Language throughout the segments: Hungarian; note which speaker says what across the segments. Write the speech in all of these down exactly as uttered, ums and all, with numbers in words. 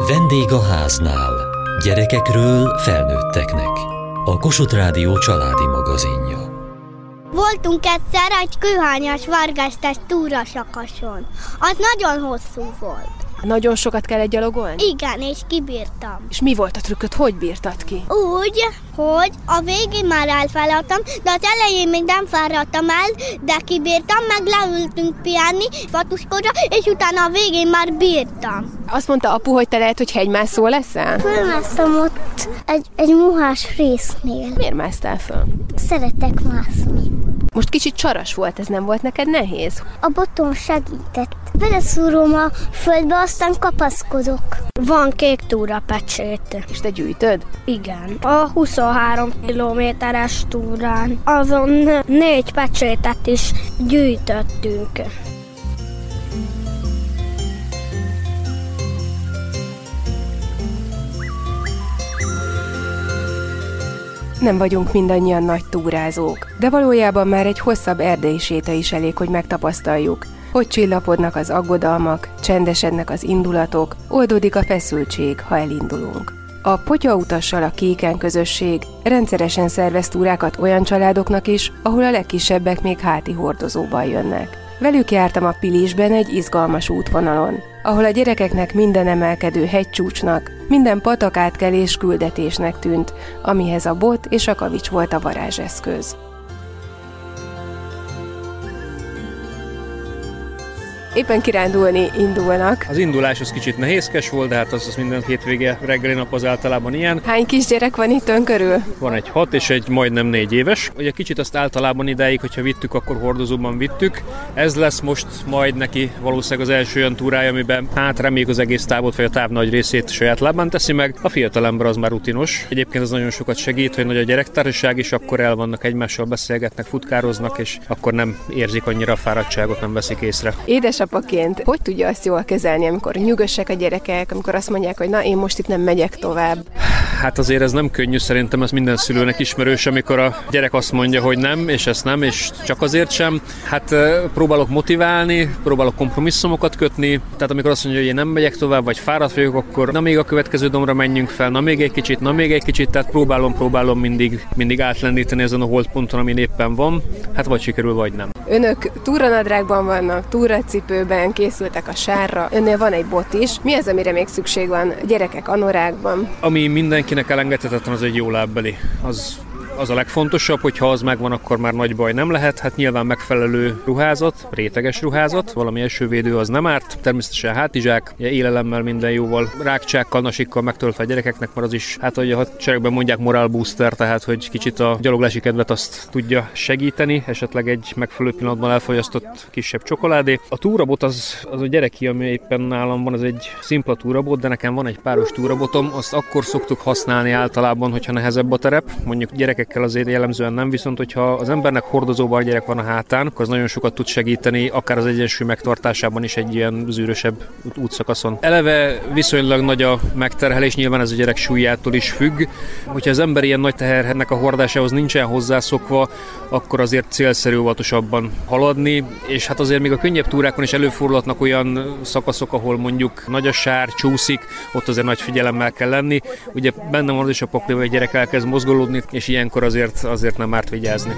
Speaker 1: Vendég a háznál. Gyerekekről felnőtteknek. A Kossuth Rádió családi magazinja.
Speaker 2: Voltunk egyszer egy kőhányas vargesztes túrasakason. Az nagyon hosszú volt.
Speaker 3: Nagyon sokat kellett gyalogolni?
Speaker 2: Igen, és kibírtam.
Speaker 3: És mi volt a trükköd? Hogy bírtad ki?
Speaker 2: Úgy, hogy a végén már elfáradtam, de az elején még nem fáradtam el, de kibírtam, meg leültünk pihenni Fatuskodra, és utána a végén már bírtam.
Speaker 3: Azt mondta apu, hogy te lehet, hogy hegymászó leszel?
Speaker 2: Fölmásztam ott egy, egy muhás résznél.
Speaker 3: Miért másztál föl?
Speaker 2: Szeretek mászni.
Speaker 3: Most kicsit csaras volt, ez nem volt neked nehéz?
Speaker 2: A botom segített. Beleszúrom a földbe, aztán kapaszkodok. Van kék túrapecsét.
Speaker 3: És te gyűjtöd?
Speaker 2: Igen. A huszonhárom kilométeres túrán azon négy pecsétet is gyűjtöttünk.
Speaker 3: Nem vagyunk mindannyian nagy túrázók, de valójában már egy hosszabb erdei séta is elég, hogy megtapasztaljuk, hogy csillapodnak az aggodalmak, csendesednek az indulatok, oldódik a feszültség, ha elindulunk. A Potyautassal a Kéken közösség rendszeresen szervez túrákat olyan családoknak is, ahol a legkisebbek még háti hordozóban jönnek. Velük jártam a Pilisben egy izgalmas útvonalon, ahol a gyerekeknek minden emelkedő hegycsúcsnak, minden patakátkelés küldetésnek tűnt, amihez a bot és a kavics volt a varázseszköz. Éppen kirándulni indulnak.
Speaker 4: Az indulás az kicsit nehézkes volt, de hát az, az minden hétvége reggeli nap az általában ilyen.
Speaker 3: Hány kisgyerek van itt ön körül?
Speaker 4: Van egy hat és egy majdnem négy éves. Ugye kicsit azt általában idáig, hogyha vittük, akkor hordozóban vittük. Ez lesz most majd neki valószínűleg az első olyan túrája, amiben hát reméljük az egész távot, vagy a táv nagy részét saját lábán teszi meg. A fiatalember az már rutinos. Egyébként ez nagyon sokat segít, hogy nagy a gyerektársaság, és akkor el vannak egymással, beszélgetnek, futkároznak, és akkor nem érzik annyira a fáradtságot, nem veszik észre.
Speaker 3: Édesapaként hogy tudja azt jól kezelni, amikor nyugosak a gyerekek, amikor azt mondják, hogy na, én most itt nem megyek tovább?
Speaker 4: Hát azért ez nem könnyű, szerintem ez minden szülőnek ismerős, amikor a gyerek azt mondja, hogy nem, és ezt nem, és csak azért sem. Hát próbálok motiválni, próbálok kompromisszumokat kötni, tehát amikor azt mondja, hogy én nem megyek tovább, vagy fáradt vagyok, akkor na még a következő dombra menjünk fel, na még egy kicsit, na még egy kicsit, tehát próbálom, próbálom mindig, mindig átlendíteni ezen a holdponton, amin éppen van, hát vagy sikerül, vagy nem.
Speaker 3: Önök túranadrágban vannak, túracipőben, készültek a sárra, önnél van egy bot is. Mi az, amire még szükség van gyerekek anorákban?
Speaker 4: Ami mindenkinek elengedhetetlen, az egy jó lábbeli. Az Az a legfontosabb, hogyha az megvan, akkor már nagy baj nem lehet. Hát nyilván megfelelő ruházat, réteges ruházat, valami esővédő az nem árt. Természetesen hátizsák, élelemmel minden jóval, rákcsákkal, nasikkal megtöltve a gyerekeknek, mert az is, hát ahogy a hadseregben mondják, morál booster, tehát hogy kicsit a gyaloglási kedvet azt tudja segíteni, esetleg egy megfelelő pillanatban elfogyasztott kisebb csokoládé. A túrabot az, az a gyereki, ami éppen nálam van, az egy szimpla túrabot, de nekem van egy páros túrabotom, azt akkor szoktuk használni általában, hogyha nehezebb a terep, mondjuk gyerekek azért jellemzően nem, viszont hogyha az embernek hordozóban gyerek van a hátán, akkor az nagyon sokat tud segíteni, akár az egyensúly megtartásában is egy ilyen zűrösebb útszakaszon. Eleve viszonylag nagy a megterhelés, nyilván ez a gyerek súlyától is függ. Hogyha az ember ilyen nagy tehernek a hordásához nincsen hozzászokva, akkor azért célszerű óvatosabban haladni, és hát azért még a könnyebb túrákon is előfordulhatnak olyan szakaszok, ahol mondjuk nagy a sár, csúszik, ott azért nagy figyelemmel kell lenni. Ugye benne van az is a pakliba, hogy a gyerek elkezd mozgolódni, és ilyenkor azért, azért nem árt vigyázni.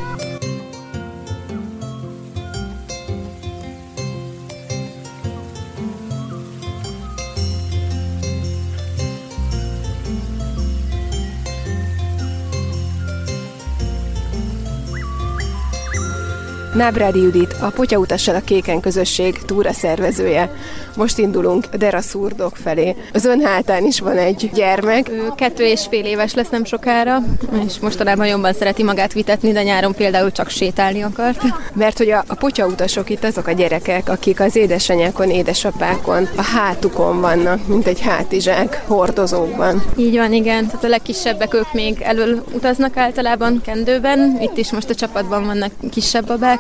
Speaker 3: Nábrádi Judit, a Potyautassal a Kéken közösség túra szervezője. Most indulunk Deraszurdok felé. Az ön hátán is van egy gyermek.
Speaker 5: Ő kettő és fél éves lesz nem sokára, és mostanában jobban szereti magát vitetni, de nyáron például csak sétálni akart.
Speaker 3: Mert hogy a, a potyautasok itt azok a gyerekek, akik az édesanyákon, édesapákon, a hátukon vannak, mint egy hátizsák hordozókban.
Speaker 5: Így van, igen. Tehát a legkisebbek ők még elől utaznak általában kendőben. Itt is most a csapatban vannak kisebb babák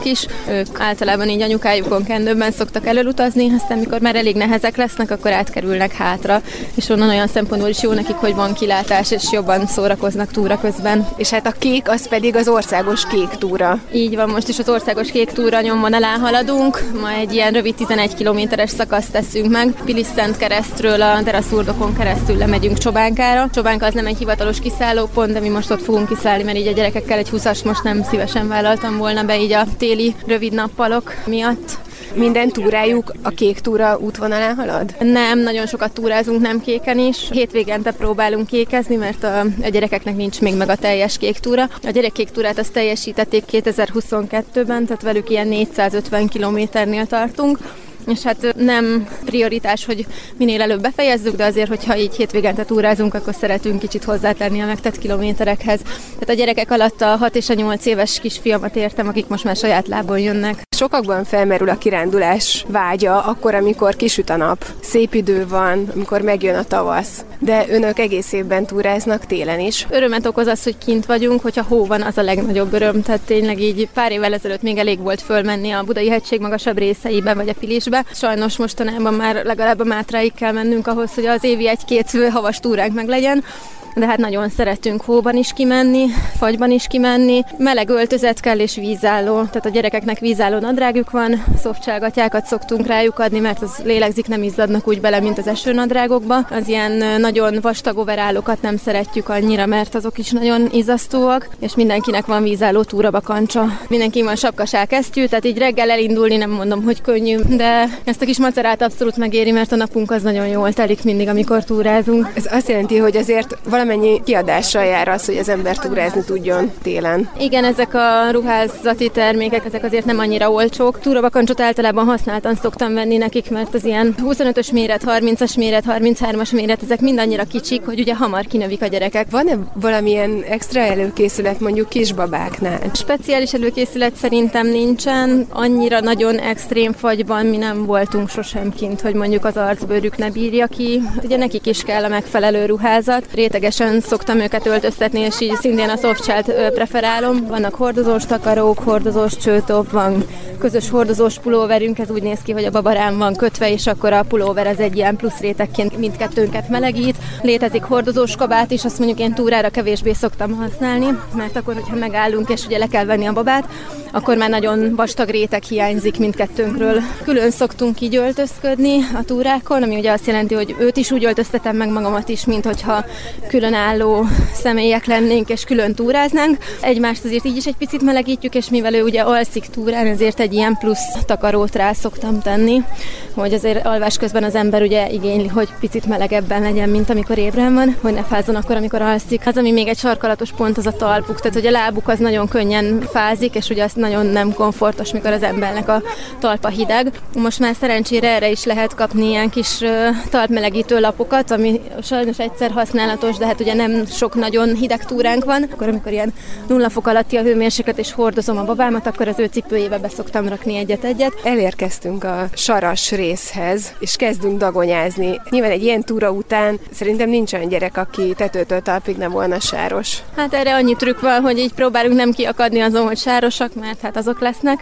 Speaker 5: is. Ők általában így anyukájukon kendőben szoktak elölutazni, aztán mikor már elég nehezek lesznek, akkor átkerülnek hátra, és onnan olyan szempontból is jó nekik, hogy van kilátás, és jobban szórakoznak túra közben.
Speaker 3: És hát a kék, az pedig az országos kék túra.
Speaker 5: Így van, most is az országos kék túra nyomvonalán haladunk, ma egy ilyen rövid tizenegy kilométeres szakaszt teszünk meg. Pilis-Szentkeresztről a Deraszurdokon keresztül lemegyünk Csobánkára. Csobánka az nem egy hivatalos kiszállópont, de mi most ott fogunk kiszállni, mert így a gyerekekkel egy húszas most nem szívesen vállaltam volna be így a téli rövid nappalok miatt.
Speaker 3: Minden túrájuk a kék túra útvonalán halad?
Speaker 5: Nem, nagyon sokat túrázunk nem kéken is. Hétvégente próbálunk kékezni, mert a, a gyerekeknek nincs még meg a teljes kék túra. A gyerekkék túrát azt teljesítették kétezer-huszonkettőben, tehát velük ilyen négyszázötven kilométernél tartunk. És hát nem prioritás, hogy minél előbb befejezzük, de azért, hogyha így hétvégente túrázunk, akkor szeretünk kicsit hozzátenni a megtett kilométerekhez. Tehát a gyerekek alatt a hat és a nyolc éves kisfiamat értem, akik most már saját lábon jönnek.
Speaker 3: Sokakban felmerül a kirándulás vágya, akkor, amikor kisüt a nap, szép idő van, amikor megjön a tavasz. De önök egész évben túráznak télen is.
Speaker 5: Örömet okoz az, hogy kint vagyunk, hogyha hó van, az a legnagyobb öröm. Tehát tényleg így pár évvel ezelőtt még elég volt fölmenni a Budai hegység magasabb részeibe, vagy a Pilisbe. Sajnos mostanában már legalább a Mátráig kell mennünk ahhoz, hogy az évi egy-két havas túránk meg legyen. De hát nagyon szeretünk hóban is kimenni, fagyban is kimenni. Meleg öltözet kell és vízálló, tehát a gyerekeknek vízálló nadrágjuk van, szoftsággatyákat szoktunk rájuk adni, mert az lélegzik, nem izzadnak úgy bele, mint az esőnadrágokba. Az ilyen nagyon vastag overállokat nem szeretjük annyira, mert azok is nagyon izzasztóak, és mindenkinek van vízálló túrabakancsa. Mindenki van sapkasálkesztyű, tehát így reggel elindulni nem mondom, hogy könnyű, de ezt a kis macerát abszolút megéri, mert a napunk az nagyon jól telik mindig, amikor túrázunk.
Speaker 3: Ez azt jelenti, hogy azért valamennyi kiadással jár az, hogy az ember túrázni tudjon télen.
Speaker 5: Igen, ezek a ruházati termékek, ezek azért nem annyira olcsók. Túrabakancsot általában használtan szoktam venni nekik, mert az ilyen huszonötös méret, harmincas méret, harminchármas méret, ezek mind annyira kicsik, hogy ugye hamar kinövik a gyerekek.
Speaker 3: Van-e valamilyen extra előkészület mondjuk kisbabáknál?
Speaker 5: Speciális előkészület szerintem nincsen. Annyira nagyon extrém fagyban mi nem voltunk sosem kint, hogy mondjuk az arcbőrük ne bírja ki. Ugye nekik is kell a megfelelő ruházat. Rétegesen szoktam őket öltöztetni, és így szintén a softshell-t preferálom. Vannak hordozós takarók, hordozós csőtop, van közös hordozós pulóverünk, ez úgy néz ki, hogy a babarám van kötve, és akkor a pulóver az egy ilyen plusz rétegként mindkettőnket melegít. Létezik hordozós kabát is, azt mondjuk én túrára kevésbé szoktam használni, mert akkor, hogyha megállunk, és ugye le kell venni a babát, akkor már nagyon vastag réteg hiányzik mindkettőnkről. Külön szoktunk így öltözködni a túrákon, ami ugye azt jelenti, hogy őt is úgy öltöztetem meg magamat is, mint hogyha különálló személyek lennénk, és külön túráznánk. Egymást azért így is egy picit melegítjük, és mivel ő ugye alszik túrán, ezért egy ilyen plusz takarót rá szoktam tenni, hogy azért alvás közben az ember ugye igényli, hogy picit melegebben legyen, mint amikor ébren van, hogy ne fázzon akkor, amikor alszik. Az, ami még egy sarkalatos pont, az a talpuk, tehát hogy a lábuk az nagyon könnyen fázik, és ugye az nagyon nem komfortos, mikor az embernek a talpa hideg. Most már szerencsére erre is lehet kapni ilyen kis talpmelegítő lapokat, ami sajnos egyszer használatos, de hát ugye nem sok nagyon hideg túránk van. Akkor amikor ilyen nulla fok alatti a hőmérséklet, és hordozom a babámat, akkor az ő cipőjébe be szoktam rakni egyet-egyet.
Speaker 3: Elérkeztünk a saras részhez, és kezdünk dagonyázni. Nyilván egy ilyen túra után szerintem nincs olyan gyerek, aki tetőtől talpig nem volna sáros.
Speaker 5: Hát erre annyi trükk van, hogy így próbálunk nem kiakadni azon, hogy sárosak, mert hát azok lesznek.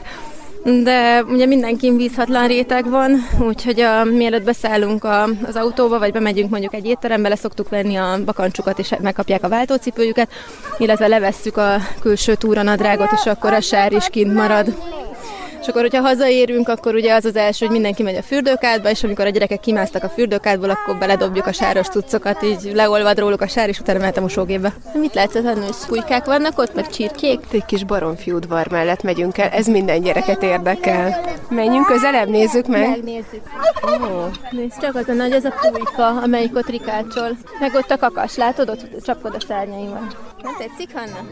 Speaker 5: De ugye mindenkin vízhatlan réteg van, úgyhogy a, mielőtt beszállunk a, az autóba, vagy bemegyünk mondjuk egy étterembe, le szoktuk venni a bakancsukat, és megkapják a váltócipőjüket, illetve levesszük a külső túranadrágot, és akkor a sár is kint marad. És akkor, hogyha hazaérünk, akkor ugye az az első, hogy mindenki megy a fürdőkádba, és amikor a gyerekek kimásztak a fürdőkádból, akkor beledobjuk a sáros cuccokat, így leolvad róluk a sár, és utána mehet a mosógépbe. Mit látszott, hogy pulykák vannak ott, meg csirkék?
Speaker 3: Egy kis baromfiudvar mellett megyünk el, ez minden gyereket érdekel. Menjünk közelebb, nézzük meg.
Speaker 5: Megnézzük. Oh. Nézd csak, az a nagy, az a pulyka, amelyik ott rikácsol. Meg ott a kakas, látod? Ott csapkod a szárnyaival. Nem tetszik, Hanna?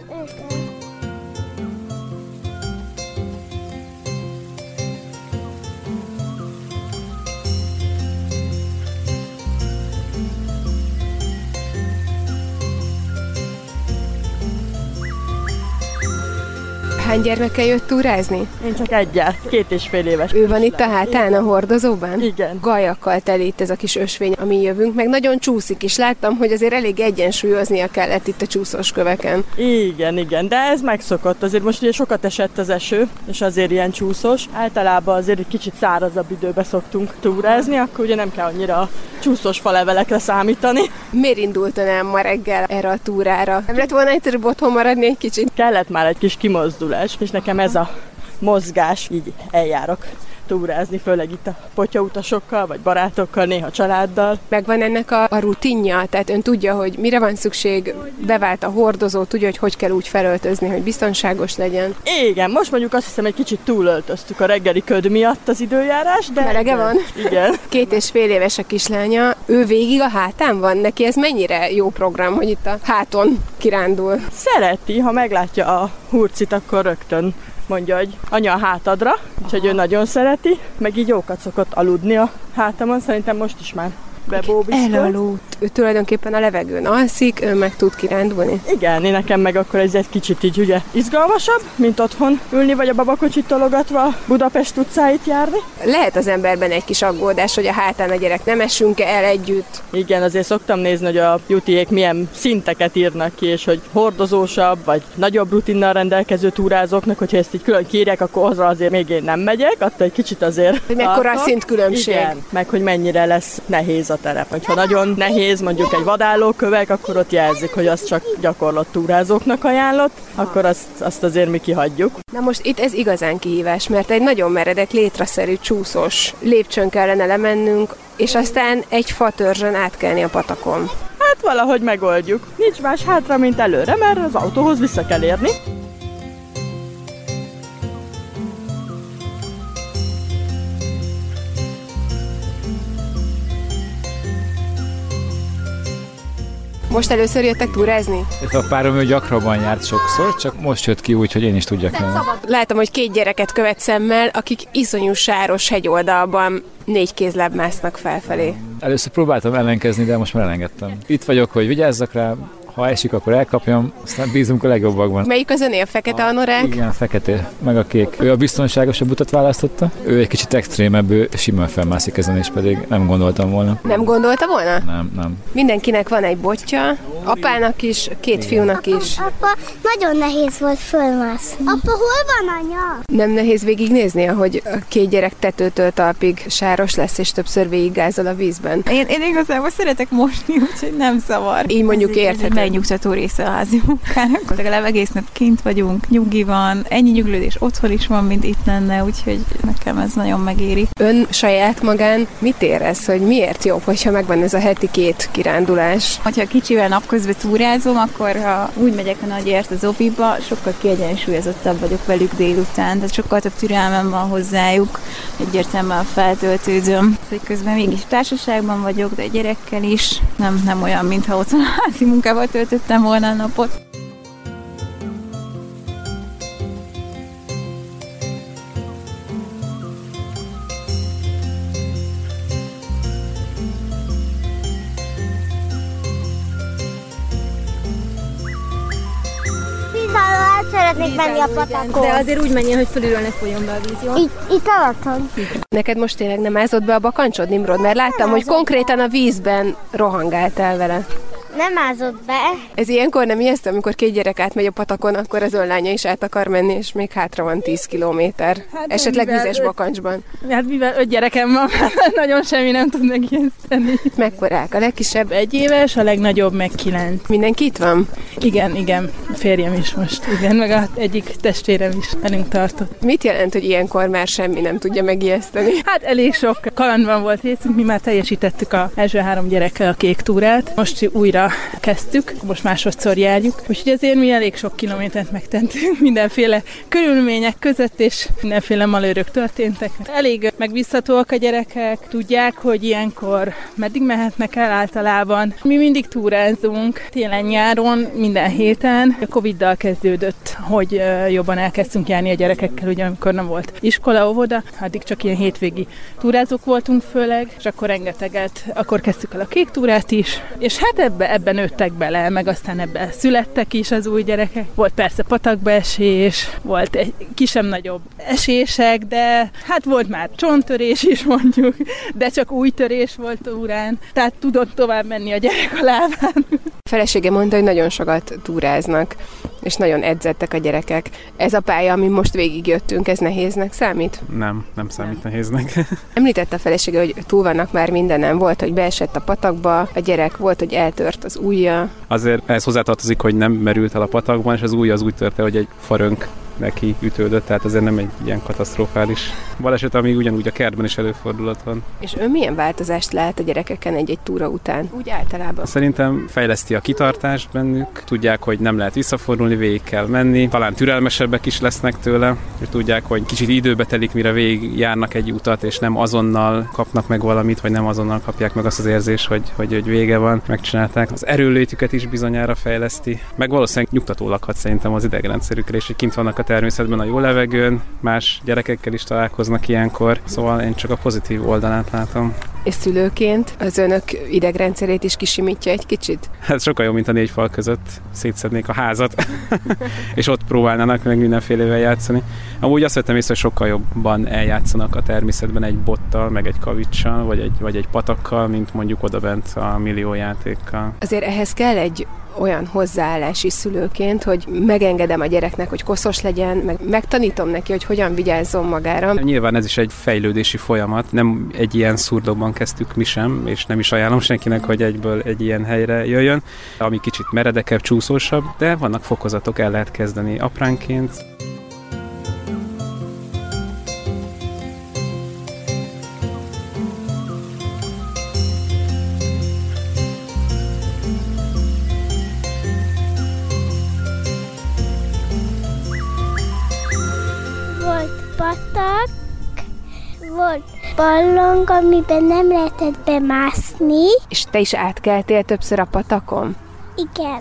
Speaker 3: Hány gyermekkel jött túrázni?
Speaker 6: Én csak egyel, két és fél éves.
Speaker 3: Ő van itt a hátán, a hordozóban?
Speaker 6: Igen.
Speaker 3: Gajakkal teli itt ez a kis ösvény, amin jövünk, meg nagyon csúszik is. Láttam, hogy azért elég egyensúlyoznia kellett itt a csúszós köveken.
Speaker 6: Igen, igen, de ez megszokott. Azért most ugye sokat esett az eső, és azért ilyen csúszós. Általában azért egy kicsit szárazabb időbe szoktunk túrázni, akkor ugye nem kell annyira a csúszós falevelekre számítani.
Speaker 3: Miért indultál el ma reggel erre a túrára? Nem lett volna egyszerűbb otthon maradni egy kicsit?
Speaker 6: Kellett már egy kis kimozdulás, és nekem ez a mozgás, így eljárok túrázni, főleg itt a potyautasokkal, vagy barátokkal, néha családdal.
Speaker 3: Megvan ennek a, a rutinja, tehát ön tudja, hogy mire van szükség, bevált a hordozó, tudja, hogy hogy kell úgy felöltözni, hogy biztonságos legyen.
Speaker 6: Igen, most mondjuk azt hiszem, egy kicsit túlöltöztük a reggeli köd miatt az időjárás, de...
Speaker 3: Melege
Speaker 6: igen,
Speaker 3: van?
Speaker 6: Igen.
Speaker 3: Két és fél éves a kislánya, ő végig a hátán van? Neki ez mennyire jó program, hogy itt a háton kirándul?
Speaker 6: Szereti, ha meglátja a hurcit, akkor rögtön mondja, hogy anya a hátadra, úgyhogy ő nagyon szereti, meg így jókat szokott aludni a hátamon, szerintem most is már bebóbistól.
Speaker 3: Elaludt. Ő tulajdonképpen a levegőn alszik, ő meg tud kirándulni.
Speaker 6: Igen, én nekem meg akkor ez egy kicsit így ugye izgalmasabb, mint otthon ülni, vagy a babakocsit tologatva Budapest utcáit járni.
Speaker 3: Lehet az emberben egy kis aggódás, hogy a hátán a gyerek nem esünk-e el együtt.
Speaker 6: Igen, azért szoktam nézni, hogy a jutiék milyen szinteket írnak ki, és hogy hordozósabb, vagy nagyobb rutinnal rendelkező túrázóknak, hogyha ezt így külön kírják, akkor azra azért még én nem megyek, attól egy kicsit azért.
Speaker 3: Hogy mekkora a szintkülönbség.
Speaker 6: Igen, meg hogy mennyire lesz nehéz a terep. Hogyha nagyon nehéz, mondjuk egy vadállókövek, akkor ott jelzik, hogy az csak gyakorlott túrázóknak ajánlott, akkor azt, azt azért mi kihagyjuk.
Speaker 3: Na most itt ez igazán kihívás, mert egy nagyon meredek, létraszerű, csúszós lépcsőn kellene lemennünk, és aztán egy fatörzsön átkelni a patakon.
Speaker 6: Hát valahogy megoldjuk. Nincs más hátra, mint előre, mert az autóhoz vissza kell érni.
Speaker 3: Most először jöttek túrázni?
Speaker 7: Ez a párom ő gyakrabban járt sokszor, csak most jött ki úgy, hogy én is tudjak menni.
Speaker 3: Látom, hogy két gyereket követ szemmel, akik iszonyú sáros hegyoldalban négy kézláb másznak felfelé.
Speaker 7: Először próbáltam ellenkezni, de most már elengedtem. Itt vagyok, hogy vigyázzak rá, ha esik, akkor elkapjam, aztán bízunk a legjobbakban.
Speaker 3: Melyik az öné, a fekete anorák?
Speaker 7: Igen, a fekete, meg a kék. Ő a biztonságosabb utat választotta. Ő egy kicsit extrémebb, ő simán felmászik ezen, és pedig nem gondoltam volna.
Speaker 3: Nem gondolta volna?
Speaker 7: Nem, nem.
Speaker 3: Mindenkinek van egy botja, apának is, két fiúnak is.
Speaker 2: Apa, nagyon nehéz volt fölmászni. Apa, hol van anya?
Speaker 3: Nem nehéz végignézni, ahogy a két gyerek tetőtől talpig sáros lesz, és többször végiggázol a vízben?
Speaker 8: Én, én igazából szeretek mosni, úgyhogy nem szavar.
Speaker 3: Így mondjuk érthető.
Speaker 8: Megnyugtató része a házi munkának. Legalább egész nap kint vagyunk, nyugi van, ennyi nyuglődés otthon is van, mint itt lenne, úgyhogy nekem ez nagyon megéri.
Speaker 3: Ön saját magán mit érez, hogy miért jobb, hogyha megvan ez a heti két kirándulás?
Speaker 8: Hogyha kicsivel napközben túrázom, akkor ha úgy megyek a nagyért az oviba, sokkal kiegyensúlyozottabb vagyok velük délután, tehát sokkal több türelmem van hozzájuk, egyértelműen feltöltődöm. Közben mégis társaságban vagyok, de a gyerekkel is, nem, nem olyan, mintha otthon a házi munkával töltöttem volna a napot.
Speaker 2: Szeretnék menni a patakon.
Speaker 5: De azért úgy menjen, hogy fölülről ne folyjon be a víz, jó?
Speaker 2: Itt, itt alattam.
Speaker 3: Neked most tényleg nem ázott be a bakancsod, Nimrod? Mert láttam, hogy konkrétan a vízben rohangáltál vele.
Speaker 2: Nem ázott be.
Speaker 3: Ez ilyenkor nem ijesztő, amikor két gyerek átmegy a patakon, akkor az önlánya is át akar menni, és még hátra van tíz kilométer. Hát esetleg vizes öt... bakancsban.
Speaker 6: Hát mivel öt gyerekem van, nagyon semmi nem tud megijeszteni.
Speaker 3: Mekkorák? A legkisebb
Speaker 6: egy éves, a legnagyobb meg kilenc.
Speaker 3: Mindenki itt van?
Speaker 6: Igen, igen. A férjem is most. Igen, meg az egyik testvérem is velünk tartott.
Speaker 3: Mit jelent, hogy ilyenkor már semmi nem tudja megijeszteni?
Speaker 6: Hát elég sok kalandban volt részünk, mi már teljesítettük az első három gyerekkel a kék túrát. Most újra kezdtük, most másodszor járjuk. Úgyhogy azért mi elég sok kilométert megtettünk mindenféle körülmények között, és mindenféle malőrök történtek. Elég megbízhatóak a gyerekek, tudják, hogy ilyenkor meddig mehetnek el általában. Mi mindig túrázunk, télen-nyáron, minden héten. A Coviddal kezdődött, hogy jobban elkezdtünk járni a gyerekekkel, ugye amikor nem volt iskola, óvoda, addig csak ilyen hétvégi túrázók voltunk főleg, és akkor rengeteget, akkor kezdtük el a kék túrát is, és hát ebbe ebben nőttek bele, meg aztán ebben születtek is az új gyerekek. Volt persze patakbeesés, volt egy kisebb-nagyobb esések, de hát volt már csonttörés is mondjuk, de csak új törés volt túrán, tehát tudott tovább menni a gyerek a lábán.
Speaker 3: A felesége mondta, hogy nagyon sokat túráznak, és nagyon edzettek a gyerekek. Ez a pálya, amin most végigjöttünk, ez nehéznek számít?
Speaker 9: Nem, nem számít nem. nehéznek.
Speaker 3: Említette a felesége, hogy túl vannak már mindenem. Volt, hogy beesett a patakba, a gyerek volt, hogy eltört az ujja.
Speaker 9: Azért ehhez hozzátartozik, hogy nem merült el a patakban, és az ujja az úgy törte, hogy egy farönk neki ütődött, tehát azért nem egy ilyen katasztrofális baleset, ami ugyanúgy a kertben is előfordulhat van.
Speaker 3: És ön milyen változást lát a gyerekeken egy-egy túra után? Úgy általában?
Speaker 9: Szerintem fejleszti a kitartást bennük, tudják, hogy nem lehet visszafordulni, végig kell menni, talán türelmesebbek is lesznek tőle, és tudják, hogy kicsit időbe telik, mire végig járnak egy utat, és nem azonnal kapnak meg valamit, vagy nem azonnal kapják meg azt az érzést, hogy, hogy, hogy vége van, megcsinálták. Az erőlétüket is bizonyára fejleszti, meg valószínűleg nyugtató lakhat szerintem az idegrendszerükre, és hogy kint vannak a természetben, a jó levegőn, más gyerekekkel is találkoznak ilyenkor, szóval én csak a pozitív oldalát látom.
Speaker 3: És szülőként az önök idegrendszerét is kisimítja egy kicsit?
Speaker 9: Hát sokkal jobb, mint a négy fal között. Szétszednék a házat, és ott próbálnának meg mindenfélevel játszani. Amúgy azt vettem észre, hogy sokkal jobban eljátszanak a természetben egy bottal, meg egy kavicsal, vagy egy, vagy egy patakkal, mint mondjuk odabent a milliójátékkal.
Speaker 3: Azért ehhez kell egy olyan hozzáállási szülőként, hogy megengedem a gyereknek, hogy koszos legyen, meg megtanítom neki, hogy hogyan vigyázzon magára.
Speaker 9: Nyilván ez is egy fejlődési folyamat. Nem egy ilyen szurdokban kezdtük mi sem, és nem is ajánlom senkinek, hogy egyből egy ilyen helyre jöjjön, ami kicsit meredekebb, csúszósabb, de vannak fokozatok, el lehet kezdeni apránként.
Speaker 2: Patak, volt ballong, amiben nem lehetett bemászni.
Speaker 3: És te is átkeltél többször a patakon?
Speaker 2: Igen,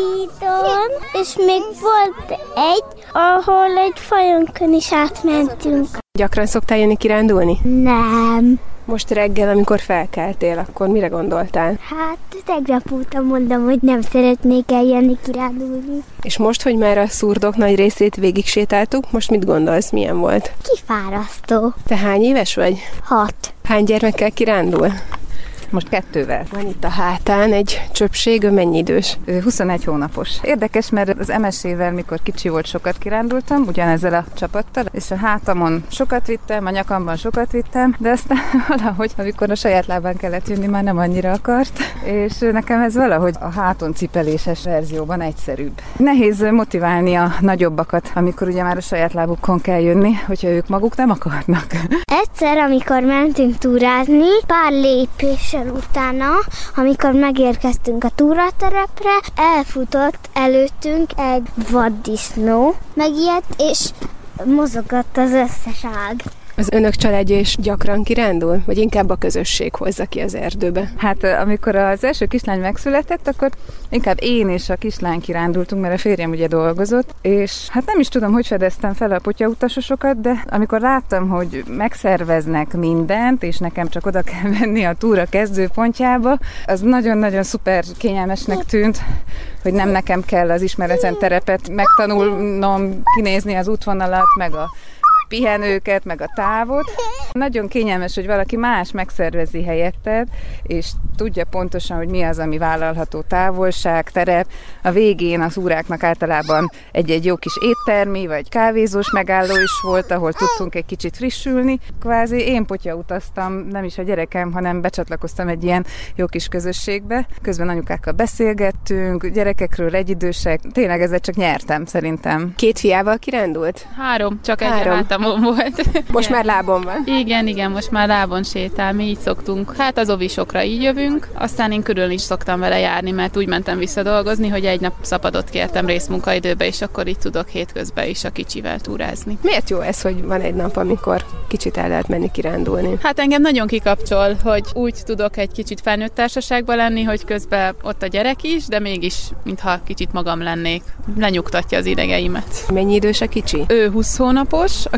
Speaker 2: hídon, és még volt egy, ahol egy fajonkön is átmentünk.
Speaker 3: Gyakran szoktál jönni kirándulni?
Speaker 2: Nem.
Speaker 3: Most reggel, amikor felkeltél, akkor mire gondoltál?
Speaker 2: Hát tegnap óta mondom, hogy nem szeretnék eljönni kirándulni.
Speaker 3: És most, hogy már a szurdok nagy részét végig sétáltuk, most mit gondolsz, milyen volt?
Speaker 2: Kifárasztó.
Speaker 3: Te hány éves vagy?
Speaker 2: Hat.
Speaker 3: Hány gyermekkel kirándul?
Speaker 10: Most kettővel.
Speaker 3: Van itt a hátán egy csöpség, ő mennyi idős?
Speaker 10: Ő huszonegy hónapos. Érdekes, mert az em es-ével, mikor kicsi volt, sokat kirándultam, ugyanezzel a csapattal, és a hátamon sokat vittem, a nyakamban sokat vittem, de aztán valahogy, amikor a saját lábán kellett jönni, már nem annyira akart, és nekem ez valahogy a háton cipeléses verzióban egyszerűbb. Nehéz motiválni a nagyobbakat, amikor ugye már a saját lábukon kell jönni, hogyha ők maguk nem akarnak.
Speaker 2: Egyszer, amikor mentünk túrázni, pár lépéssel utána, amikor megérkeztünk a túraterepre, elfutott előttünk egy vaddisznó, megijedt, és mozogott az összes ág.
Speaker 3: Az önök családja is gyakran kirándul? Vagy inkább a közösség hozza ki az erdőbe?
Speaker 10: Hát amikor az első kislány megszületett, akkor inkább én és a kislány kirándultunk, mert a férjem ugye dolgozott, és hát nem is tudom, hogy fedeztem fel a potyautasosokat, de amikor láttam, hogy megszerveznek mindent, és nekem csak oda kell menni a túra kezdőpontjába, az nagyon-nagyon szuper kényelmesnek tűnt, hogy nem nekem kell az ismeretlen terepet megtanulnom, kinézni az útvonalat, meg a pihenőket, meg a távot. Nagyon kényelmes, hogy valaki más megszervezi helyetted, és tudja pontosan, hogy mi az, ami vállalható távolság, terep. A végén az túráknak általában egy-egy jó kis éttermi, vagy kávézós megálló is volt, ahol tudtunk egy kicsit frissülni. Kvázi én potya utaztam, nem is a gyerekem, hanem becsatlakoztam egy ilyen jó kis közösségbe. Közben anyukákkal beszélgettünk, gyerekekről, egyidősek. Tényleg ezzel csak nyertem, szerintem.
Speaker 3: Két fiával kirándult?
Speaker 11: Három, csak egy hátamon volt.
Speaker 3: Most már lábon van?
Speaker 11: Igen, igen, most már lábon sétál, mi így szoktunk. Hát az ovisokra így jövünk, aztán én körül is szoktam vele járni, mert úgy mentem vissza dolgozni, hogy egy nap szabadot kértem részmunkaidőbe, és akkor így tudok hétközben is a kicsivel túrázni.
Speaker 3: Miért jó ez, hogy van egy nap, amikor kicsit el lehet menni kirándulni?
Speaker 11: Hát engem nagyon kikapcsol, hogy úgy tudok egy kicsit felnőtt társaságban lenni, hogy közben ott a gyerek is, de mégis, mintha kicsit magam lennék. Lenyugtatja az idegeimet.
Speaker 3: Mennyi idős a kicsi?
Speaker 11: Ő húsz hónapos, a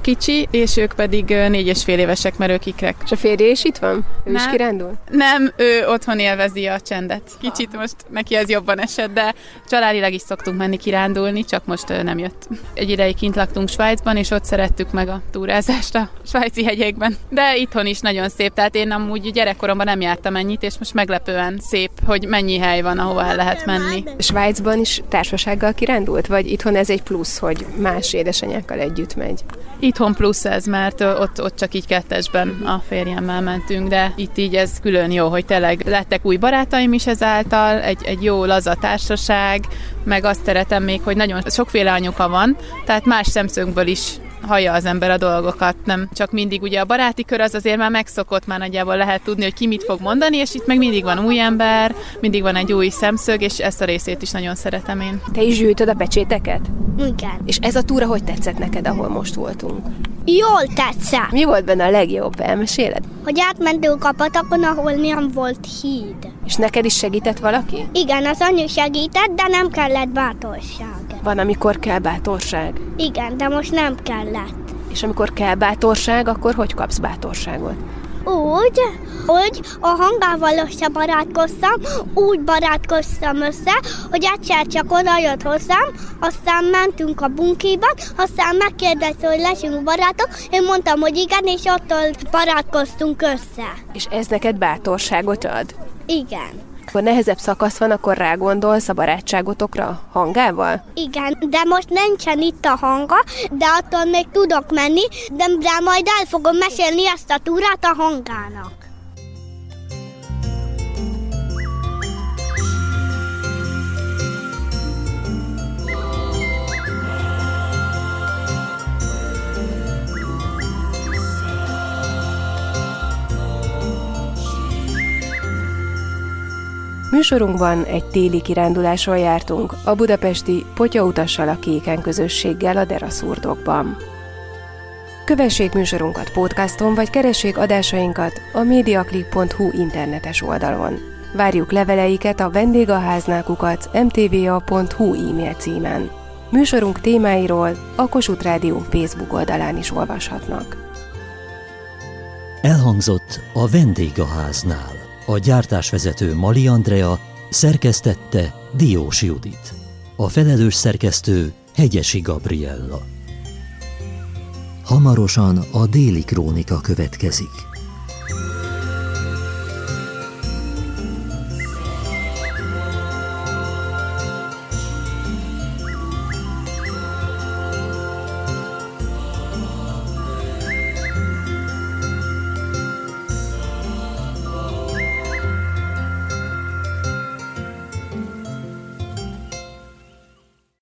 Speaker 11: kicsi, és ők pedig négy és fél évesek, mert ők ikrek.
Speaker 3: És a férje is itt van? Ő nem. is kirándul?
Speaker 11: Nem, ő otthon élvezi a csendet. Kicsit most neki ez jobban esett, de családilag is szoktunk menni kirándulni, csak most nem jött. Egy ideig kint laktunk Svájcban, és ott szerettük meg a túrázást a svájci hegyekben. De itthon is nagyon szép, tehát én amúgy gyerekkoromban nem jártam ennyit, és most meglepően szép, hogy mennyi hely van, ahova el lehet menni.
Speaker 3: Svájcban is társasággal kirándult, vagy itthon ez egy plusz, hogy más édesanyákkal együtt megy?
Speaker 11: Itthon plusz ez, mert ott, ott csak így kettesben a férjemmel mentünk, de itt így ez külön jó, hogy tényleg lettek új barátaim is ezáltal, egy, egy jó laza társaság, meg azt szeretem még, hogy nagyon sokféle anyuka van, tehát más szemszögből is hallja az ember a dolgokat, nem csak mindig ugye a baráti kör az azért már megszokott, már nagyjából lehet tudni, hogy ki mit fog mondani, és itt meg mindig van új ember, mindig van egy új szemszög, és ezt a részét is nagyon szeretem én.
Speaker 3: Te is gyűjtöd a pecséteket?
Speaker 2: Igen.
Speaker 3: És ez a túra hogy tetszett neked, ahol most voltunk?
Speaker 2: Jól tetszett.
Speaker 3: Mi volt benne a legjobb? Elmeséled?
Speaker 2: Hogy átmentünk a patakon, ahol nem volt híd.
Speaker 3: És neked is segített valaki?
Speaker 2: Igen, az anyu segített, de nem kellett bátorság.
Speaker 3: Van, amikor kell bátorság?
Speaker 2: Igen, de most nem kellett.
Speaker 3: És amikor kell bátorság, akkor hogy kapsz bátorságot?
Speaker 2: Úgy, hogy a hangával összebarátkoztam, úgy barátkoztam össze, hogy egyszer csak oda jött hozzám, aztán mentünk a bunkiba, aztán megkérdezte, hogy leszünk barátok, én mondtam, hogy igen, és attól barátkoztunk össze.
Speaker 3: És ez neked bátorságot ad?
Speaker 2: Igen.
Speaker 3: Akkor nehezebb szakasz van, akkor rágondolsz a barátságotokra hangával?
Speaker 2: Igen, de most nincsen itt a hanga, de attól még tudok menni, de, de majd el fogom mesélni ezt a túrát a hangának.
Speaker 3: Műsorunkban egy téli kirándulásról jártunk a budapesti Potyautassal a Kéken közösséggel a Deraszurdokban. Kövessék műsorunkat podcaston, vagy keressék adásainkat a mediaclick pont hu internetes oldalon. Várjuk leveleiket a vendégháznál kukac em té vé á pont hu e-mail címen. Műsorunk témáiról a Kossuth Rádió Facebook oldalán is olvashatnak.
Speaker 1: Elhangzott a vendégháznál. A gyártásvezető Mali Andrea, szerkesztette Diós Judit. A felelős szerkesztő Hegyesi Gabriella. Hamarosan a Déli Krónika következik.